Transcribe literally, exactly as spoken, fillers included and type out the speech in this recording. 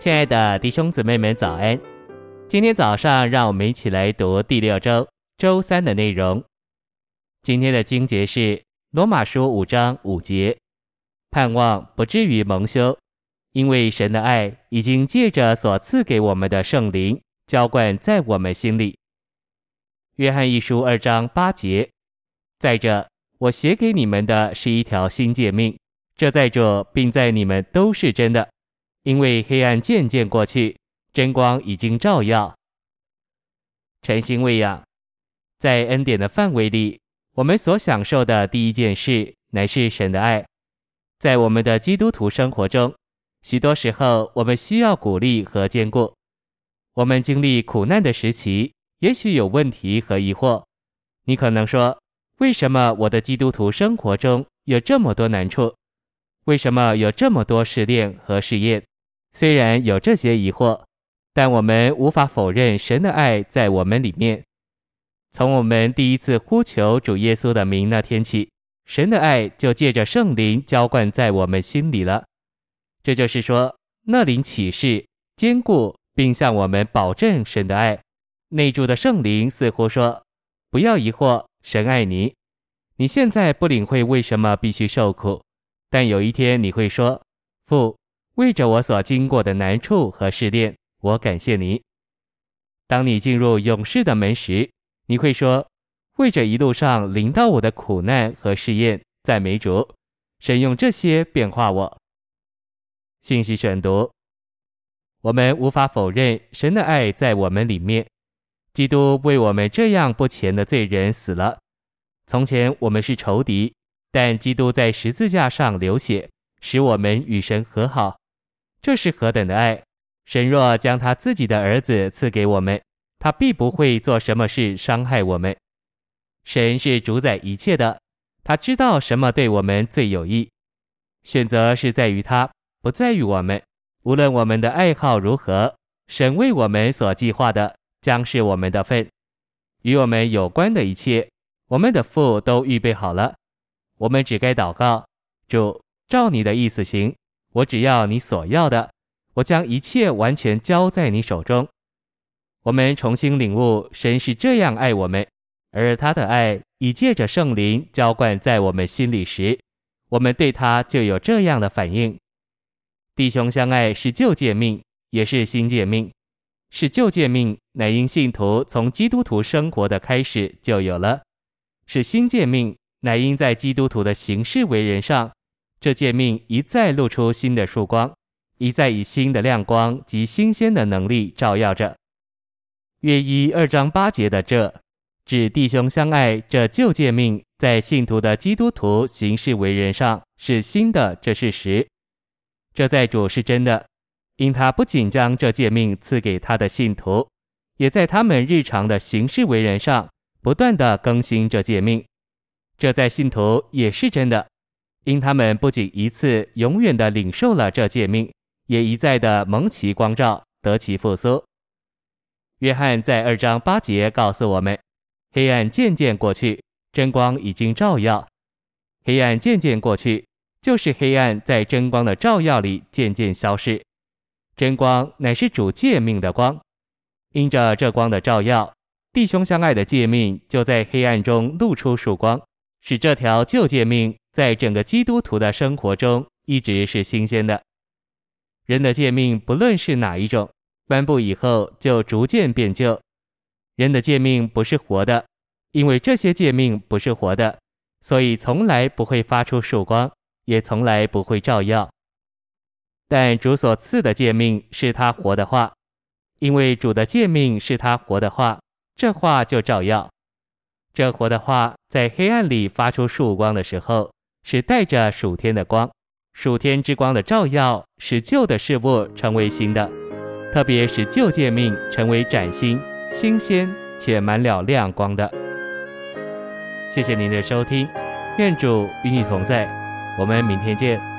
亲爱的弟兄姊妹们早安，今天早上让我们一起来读第六周周三的内容。今天的经节是罗马书五章五节，盼望不至于蒙羞，因为神的爱已经借着所赐给我们的圣灵浇灌在我们心里。约翰一书二章八节，再者我写给你们的是一条新诫命，这在主并在你们都是真的，因为黑暗渐渐过去，真光已经照耀。诚心喂养，在恩典的范围里，我们所享受的第一件事乃是神的爱。在我们的基督徒生活中，许多时候我们需要鼓励和坚固。我们经历苦难的时期，也许有问题和疑惑。你可能说，为什么我的基督徒生活中有这么多难处？为什么有这么多试炼和试验？虽然有这些疑惑，但我们无法否认神的爱在我们里面。从我们第一次呼求主耶稣的名那天起，神的爱就借着圣灵浇灌在我们心里了。这就是说，那灵启示、坚固并向我们保证神的爱。内住的圣灵似乎说，不要疑惑，神爱你。你现在不领会为什么必须受苦，但有一天你会说，父，为着我所经过的难处和试炼，我感谢你。当你进入勇士的门时，你会说，为着一路上临到我的苦难和试验，赞美主，神用这些变化我。信息选读，我们无法否认神的爱在我们里面。基督为我们这样不虔的罪人死了。从前我们是仇敌，但基督在十字架上流血，使我们与神和好。这是何等的爱！神若将他自己的儿子赐给我们，他必不会做什么事伤害我们。神是主宰一切的，他知道什么对我们最有益。选择是在于他，不在于我们。无论我们的爱好如何，神为我们所计划的将是我们的份。与我们有关的一切，我们的父都预备好了。我们只该祷告，主，照你的意思行，我只要你所要的，我将一切完全交在你手中。我们重新领悟神是这样爱我们，而他的爱已借着圣灵浇灌在我们心里时，我们对他就有这样的反应。弟兄相爱是旧诫命，也是新诫命。是旧诫命乃因信徒从基督徒生活的开始就有了，是新诫命乃因在基督徒的行事为人上，这诫命一再露出新的曙光，一再以新的亮光及新鲜的能力照耀着。约一二章八节的这指弟兄相爱这旧诫命在信徒的基督徒行事为人上是新的这事实，这在主是真的，因他不仅将这诫命赐给他的信徒，也在他们日常的行事为人上不断地更新这诫命。这在信徒也是真的，因他们不仅一次永远地领受了这诫命，也一再地蒙其光照，得其复苏。约翰在二章八节告诉我们，黑暗渐渐过去，真光已经照耀。黑暗渐渐过去，就是黑暗在真光的照耀里渐渐消逝。真光乃是主诫命的光，因着这光的照耀，弟兄相爱的诫命就在黑暗中露出曙光，使这条旧诫命在整个基督徒的生活中一直是新鲜的。人的诫命不论是哪一种，颁布以后就逐渐变旧。人的诫命不是活的，因为这些诫命不是活的，所以从来不会发出曙光，也从来不会照耀。但主所赐的诫命是他活的话，因为主的诫命是他活的话，这话就照耀。这活的话在黑暗里发出曙光的时候，是带着属天的光，属天之光的照耀，使旧的事物成为新的，特别使旧诫命成为崭新、新鲜且满了亮光的。谢谢您的收听，愿主与你同在，我们明天见。